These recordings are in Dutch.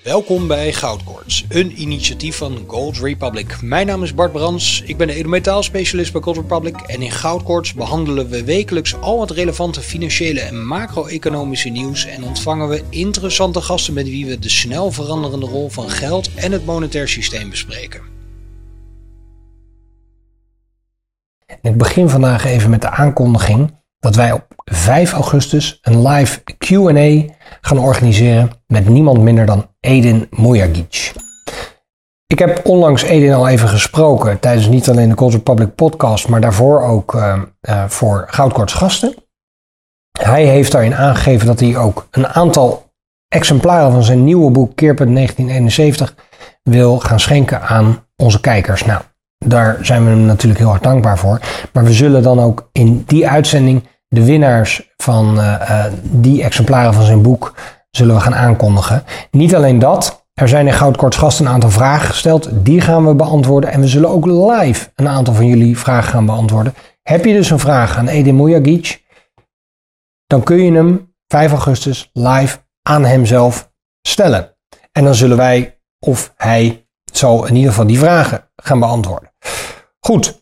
Welkom bij Goudkoorts, een initiatief van Gold Republic. Mijn naam is Bart Brands, ik ben de edelmetaalspecialist bij Gold Republic en in Goudkoorts behandelen we wekelijks al het relevante financiële en macro-economische nieuws en ontvangen we interessante gasten met wie we de snel veranderende rol van geld en het monetair systeem bespreken. Ik begin vandaag even met de aankondiging dat wij op 5 augustus een live Q&A gaan organiseren met niemand minder dan Edin Mujagic. Ik heb onlangs Edin al even gesproken tijdens niet alleen de Gold Republic podcast, maar daarvoor ook voor Goudkoorts gasten. Hij heeft daarin aangegeven dat hij ook een aantal exemplaren van zijn nieuwe boek Keerpunt 1971 wil gaan schenken aan onze kijkers. Nou, daar zijn we hem natuurlijk heel erg dankbaar voor. Maar we zullen dan ook in die uitzending de winnaars van die exemplaren van zijn boek zullen we gaan aankondigen. Niet alleen dat, er zijn in Goudkoorts gasten een aantal vragen gesteld. Die gaan we beantwoorden en we zullen ook live een aantal van jullie vragen gaan beantwoorden. Heb je dus een vraag aan Edin Mujagic, dan kun je hem 5 augustus live aan hemzelf stellen. En dan zullen wij of hij zal in ieder geval die vragen gaan beantwoorden. Goed.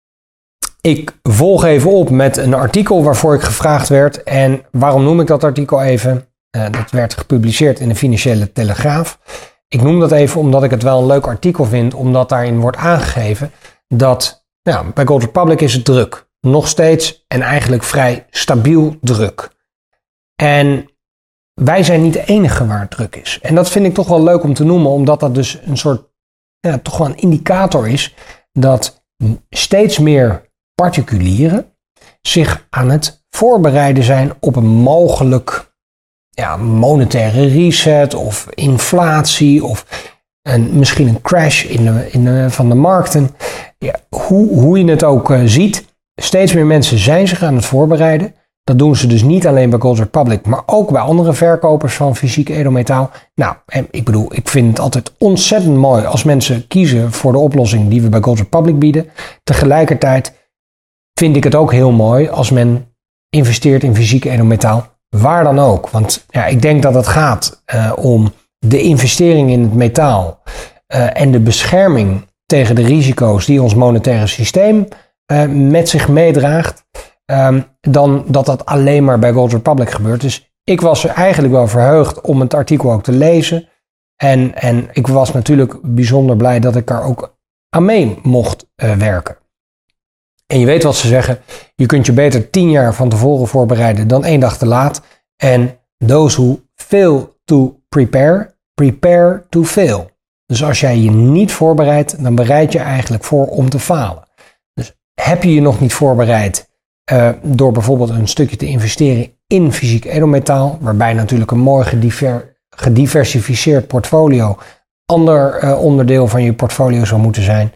Ik volg even op met een artikel waarvoor ik gevraagd werd. En waarom noem ik dat artikel even? Dat werd gepubliceerd in de Financiële Telegraaf. Ik noem dat even omdat ik het wel een leuk artikel vind, omdat daarin wordt aangegeven dat bij Gold Republic is het druk. Nog steeds en eigenlijk vrij stabiel druk. En wij zijn niet de enige waar het druk is. En dat vind ik toch wel leuk om te noemen, omdat dat dus een soort, toch wel een indicator is dat steeds meer particulieren zich aan het voorbereiden zijn op een mogelijk monetaire reset of inflatie of misschien een crash van de markten. Ja, hoe je het ook ziet, steeds meer mensen zijn zich aan het voorbereiden. Dat doen ze dus niet alleen bij Gold Republic, maar ook bij andere verkopers van fysiek edelmetaal. Nou, en ik vind het altijd ontzettend mooi als mensen kiezen voor de oplossing die we bij Gold Republic bieden. Tegelijkertijd vind ik het ook heel mooi als men investeert in fysiek edelmetaal, waar dan ook. Want ik denk dat het gaat om de investering in het metaal en de bescherming tegen de risico's die ons monetaire systeem met zich meedraagt. Dan dat alleen maar bij Gold Republic gebeurt. Dus ik was er eigenlijk wel verheugd om het artikel ook te lezen. En ik was natuurlijk bijzonder blij dat ik daar ook aan mee mocht werken. En je weet wat ze zeggen, je kunt je beter 10 jaar van tevoren voorbereiden dan 1 dag te laat. En those who fail to prepare, prepare to fail. Dus als jij je niet voorbereidt, dan bereid je eigenlijk voor om te falen. Dus heb je je nog niet voorbereid door bijvoorbeeld een stukje te investeren in fysiek edelmetaal, waarbij natuurlijk een mooi gediversifieerd portfolio ander onderdeel van je portfolio zou moeten zijn.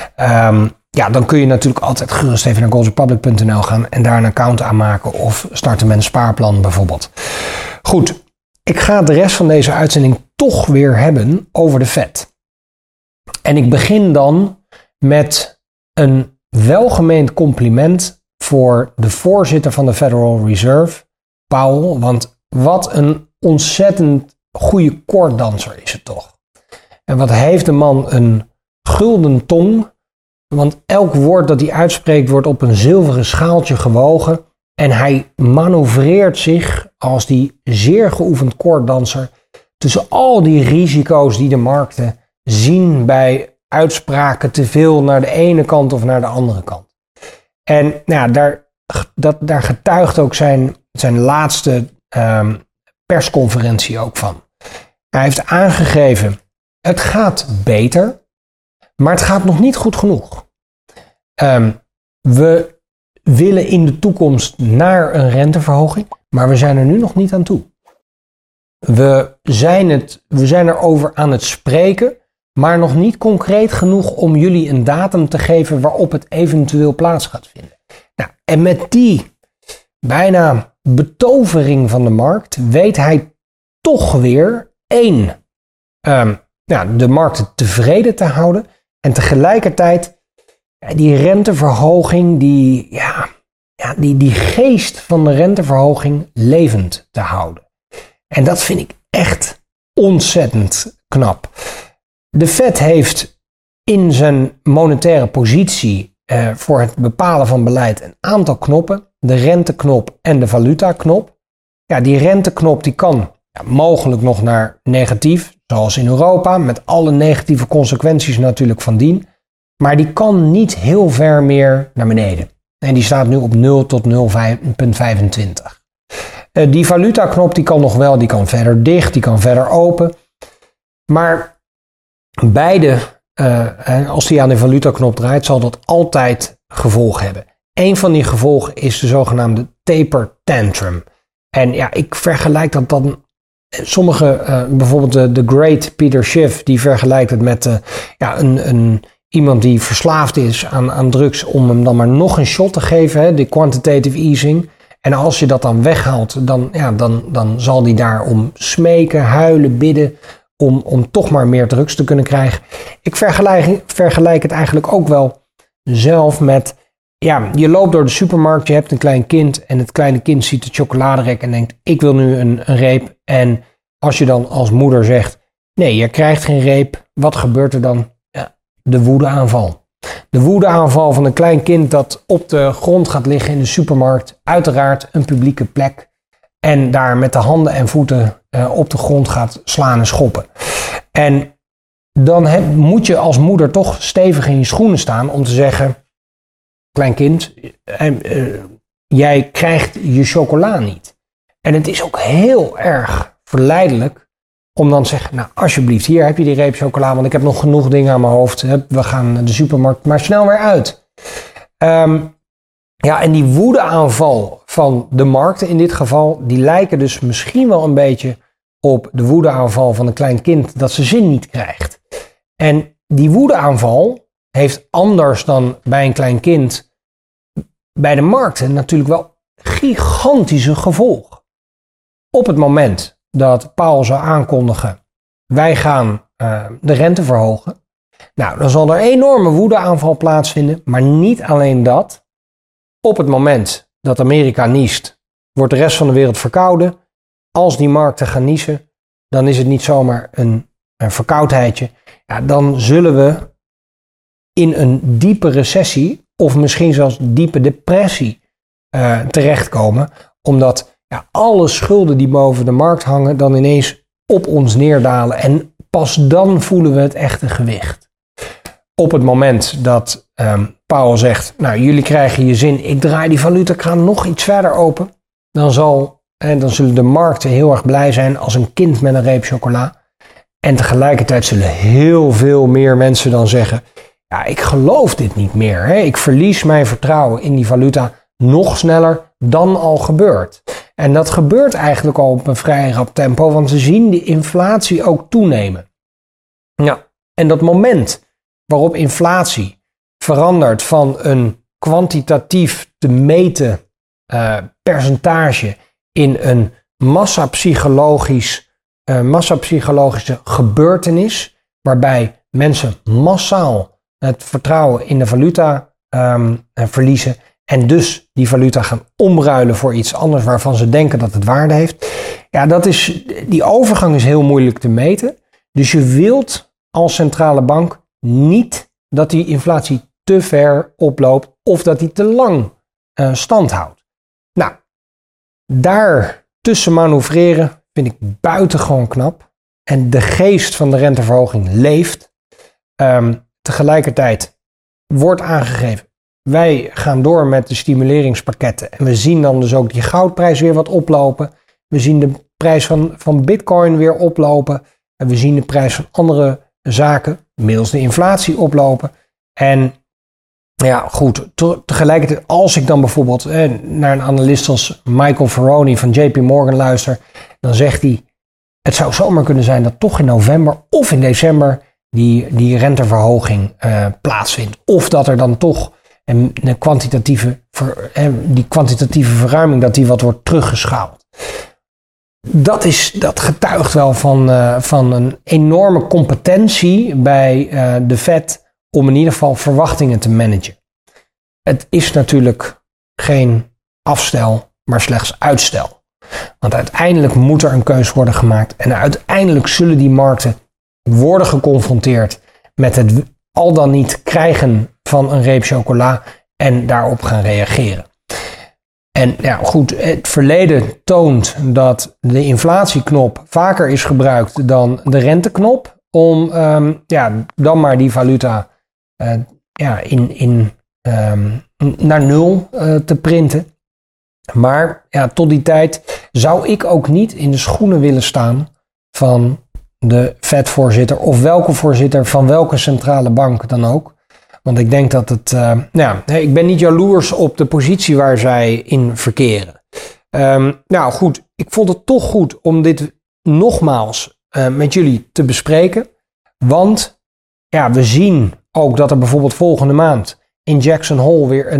Dan kun je natuurlijk altijd gerust even naar goldrepublic.nl gaan en daar een account aanmaken of starten met een spaarplan bijvoorbeeld. Goed, ik ga de rest van deze uitzending toch weer hebben over de Fed. En ik begin dan met een welgemeend compliment voor de voorzitter van de Federal Reserve, Powell, want wat een ontzettend goede koorddanser is het toch. En wat heeft de man een gulden tong, want elk woord dat hij uitspreekt wordt op een zilveren schaaltje gewogen en hij manoeuvreert zich als die zeer geoefend koorddanser tussen al die risico's die de markten zien bij uitspraken te veel naar de ene kant of naar de andere kant. En daar getuigt ook zijn laatste persconferentie ook van. Hij heeft aangegeven, het gaat beter, maar het gaat nog niet goed genoeg. We willen in de toekomst naar een renteverhoging, maar we zijn er nu nog niet aan toe. We zijn erover aan het spreken, maar nog niet concreet genoeg om jullie een datum te geven waarop het eventueel plaats gaat vinden. Nou, en met die bijna betovering van de markt weet hij toch weer de markten tevreden te houden en tegelijkertijd die renteverhoging, die geest van de renteverhoging levend te houden. En dat vind ik echt ontzettend knap. De Fed heeft in zijn monetaire positie voor het bepalen van beleid een aantal knoppen. De renteknop en de valutaknop. Ja, die renteknop die kan mogelijk nog naar negatief, zoals in Europa, met alle negatieve consequenties natuurlijk van dien. Maar die kan niet heel ver meer naar beneden. En die staat nu op 0 tot 0,25. Die valutaknop die kan nog wel, die kan verder dicht, die kan verder open. Maar beide, als die aan de valutaknop draait, zal dat altijd gevolgen hebben. Een van die gevolgen is de zogenaamde taper tantrum. En ja, ik vergelijk dat dan. Bijvoorbeeld de great Peter Schiff, die vergelijkt het met iemand die verslaafd is aan drugs, om hem dan maar nog een shot te geven, de quantitative easing. En als je dat dan weghaalt, dan zal die daarom smeken, huilen, bidden, om toch maar meer drugs te kunnen krijgen. Ik vergelijk het eigenlijk ook wel zelf met, je loopt door de supermarkt, je hebt een klein kind en het kleine kind ziet het chocoladerek en denkt, ik wil nu een reep. En als je dan als moeder zegt, nee, je krijgt geen reep, wat gebeurt er dan? Ja, de woedeaanval. De woedeaanval van een klein kind dat op de grond gaat liggen in de supermarkt, uiteraard een publieke plek, en daar met de handen en voeten op de grond gaat slaan en schoppen. En dan moet je als moeder toch stevig in je schoenen staan om te zeggen, klein kind, jij krijgt je chocola niet. En het is ook heel erg verleidelijk om dan te zeggen, nou alsjeblieft, hier heb je die reep chocola, want ik heb nog genoeg dingen aan mijn hoofd. We gaan de supermarkt maar snel weer uit. En die woedeaanval van de markten in dit geval, die lijken dus misschien wel een beetje op de woedeaanval van een klein kind dat zijn zin niet krijgt. En die woedeaanval heeft anders dan bij een klein kind bij de markten natuurlijk wel gigantische gevolgen. Op het moment dat Powell zou aankondigen, wij gaan de rente verhogen, nou, dan zal er een enorme woedeaanval plaatsvinden, maar niet alleen dat. Op het moment dat Amerika niest, wordt de rest van de wereld verkouden. Als die markten gaan niezen, dan is het niet zomaar een verkoudheidje. Ja, dan zullen we in een diepe recessie of misschien zelfs diepe depressie terechtkomen. Omdat alle schulden die boven de markt hangen dan ineens op ons neerdalen. En pas dan voelen we het echte gewicht. Op het moment dat Powell zegt, nou jullie krijgen je zin, ik draai die valutakraan nog iets verder open. Dan zullen de markten heel erg blij zijn als een kind met een reep chocola. En tegelijkertijd zullen heel veel meer mensen dan zeggen, ja, ik geloof dit niet meer. Hè? Ik verlies mijn vertrouwen in die valuta nog sneller dan al gebeurt. En dat gebeurt eigenlijk al op een vrij rap tempo, want we zien de inflatie ook toenemen. Ja, en dat moment waarop inflatie verandert van een kwantitatief te meten percentage in een massapsychologische gebeurtenis, waarbij mensen massaal het vertrouwen in de valuta verliezen en dus die valuta gaan omruilen voor iets anders waarvan ze denken dat het waarde heeft. Ja, die overgang is heel moeilijk te meten. Dus je wilt als centrale bank niet dat die inflatie te ver oploopt of dat die te lang stand houdt. Nou, daar tussen manoeuvreren vind ik buitengewoon knap. En de geest van de renteverhoging leeft. Tegelijkertijd wordt aangegeven, wij gaan door met de stimuleringspakketten. En we zien dan dus ook die goudprijs weer wat oplopen. We zien de prijs van Bitcoin weer oplopen. En we zien de prijs van andere zaken, middels de inflatie, oplopen. En ja, goed, tegelijkertijd als ik dan bijvoorbeeld naar een analist als Michael Ferroni van JP Morgan luister, dan zegt hij, het zou zomaar kunnen zijn dat toch in november of in december die renteverhoging plaatsvindt. Of dat er dan toch die kwantitatieve verruiming, dat die wat wordt teruggeschaald. Dat getuigt wel van een enorme competentie bij de Fed om in ieder geval verwachtingen te managen. Het is natuurlijk geen afstel, maar slechts uitstel. Want uiteindelijk moet er een keus worden gemaakt en uiteindelijk zullen die markten worden geconfronteerd met het al dan niet krijgen van een reep chocola en daarop gaan reageren. En ja, goed, het verleden toont dat de inflatieknop vaker is gebruikt dan de renteknop om dan maar die valuta naar nul te printen. Maar ja, tot die tijd zou ik ook niet in de schoenen willen staan van de Fed-voorzitter of welke voorzitter van welke centrale bank dan ook. Want ik denk dat het... ik ben niet jaloers op de positie waar zij in verkeren. Goed, ik vond het toch goed om dit nogmaals met jullie te bespreken. Want ja, we zien ook dat er bijvoorbeeld volgende maand in Jackson Hole weer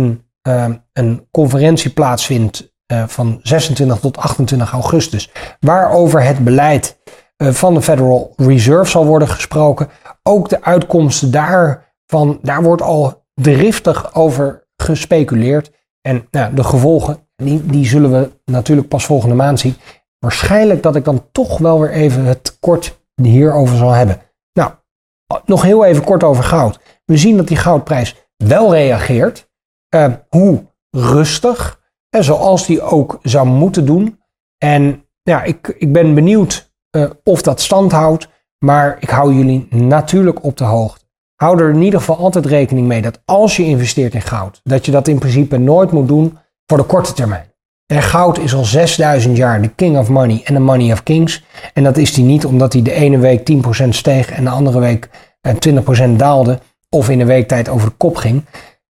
een conferentie plaatsvindt van 26 tot 28 augustus. Waarover het beleid van de Federal Reserve zal worden gesproken. Ook de uitkomsten daarvan, daar wordt al driftig over gespeculeerd. En de gevolgen, die zullen we natuurlijk pas volgende maand zien. Waarschijnlijk dat ik dan toch wel weer even het kort hierover zal hebben. Nou, nog heel even kort over goud. We zien dat die goudprijs wel reageert. Hoe rustig, zoals die ook zou moeten doen. En ja, ik ben benieuwd of dat stand houdt. Maar ik hou jullie natuurlijk op de hoogte. Hou er in ieder geval altijd rekening mee dat als je investeert in goud, dat je dat in principe nooit moet doen voor de korte termijn. En goud is al 6000 jaar de king of money en de money of kings. En dat is die niet omdat hij de ene week 10% steeg en de andere week 20% daalde of in een week tijd over de kop ging.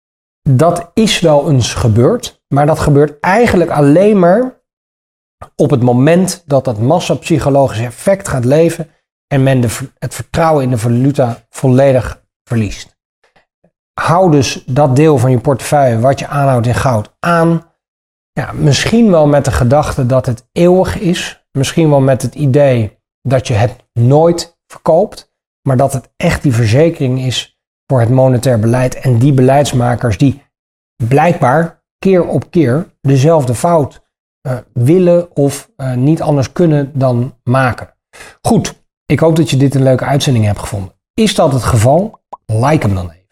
Dat is wel eens gebeurd, maar dat gebeurt eigenlijk alleen maar op het moment dat dat massapsychologische effect gaat leven en men het vertrouwen in de valuta volledig verliest. Hou dus dat deel van je portefeuille wat je aanhoudt in goud aan. Ja, misschien wel met de gedachte dat het eeuwig is. Misschien wel met het idee dat je het nooit verkoopt. Maar dat het echt die verzekering is voor het monetair beleid. En die beleidsmakers die blijkbaar keer op keer dezelfde fout willen of niet anders kunnen dan maken. Goed, ik hoop dat je dit een leuke uitzending hebt gevonden. Is dat het geval? Like hem dan even.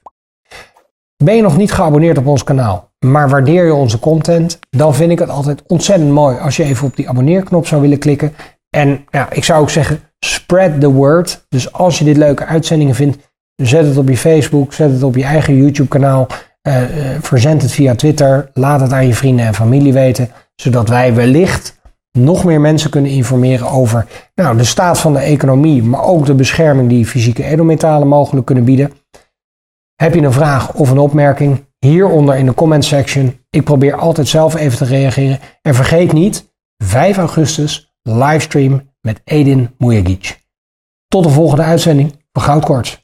Ben je nog niet geabonneerd op ons kanaal, maar waardeer je onze content, dan vind ik het altijd ontzettend mooi als je even op die abonneerknop zou willen klikken. En ja, ik zou ook zeggen, spread the word. Dus als je dit leuke uitzendingen vindt, zet het op je Facebook, zet het op je eigen YouTube kanaal, verzend het via Twitter, laat het aan je vrienden en familie weten, zodat wij wellicht nog meer mensen kunnen informeren over de staat van de economie, maar ook de bescherming die fysieke edelmetalen mogelijk kunnen bieden. Heb je een vraag of een opmerking? Hieronder in de comment section. Ik probeer altijd zelf even te reageren. En vergeet niet, 5 augustus livestream met Edin Mujagic. Tot de volgende uitzending van Goudkoorts.